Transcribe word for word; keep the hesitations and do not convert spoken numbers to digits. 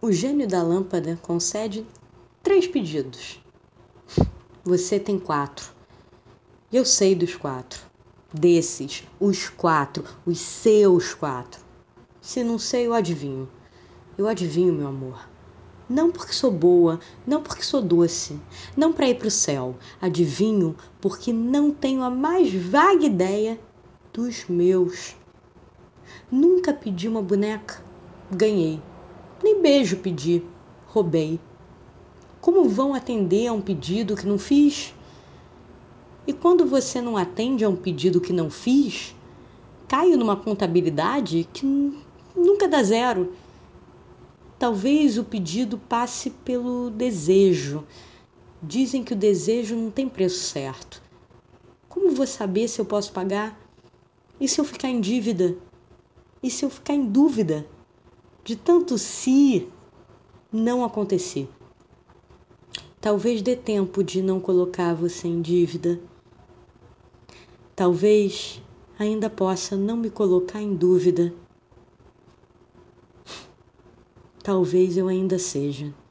O gênio da lâmpada concede três pedidos. Você tem quatro. Eu sei dos quatro. Desses, os quatro, os seus quatro. Se não sei, eu adivinho. Eu adivinho, meu amor. Não porque sou boa, não porque sou doce, não para ir para o céu. Adivinho porque não tenho a mais vaga ideia dos meus. Nunca pedi uma boneca, ganhei. Nem beijo pedi, roubei. Como vão atender a um pedido que não fiz? E quando você não atende a um pedido que não fiz, caio numa contabilidade que nunca dá zero. Talvez o pedido passe pelo desejo. Dizem que o desejo não tem preço certo. Como vou saber se eu posso pagar? E se eu ficar em dívida? E se eu ficar em dúvida? De tanto se não acontecer. Talvez dê tempo de não colocar você em dívida. Talvez ainda possa não me colocar em dúvida. Talvez eu ainda seja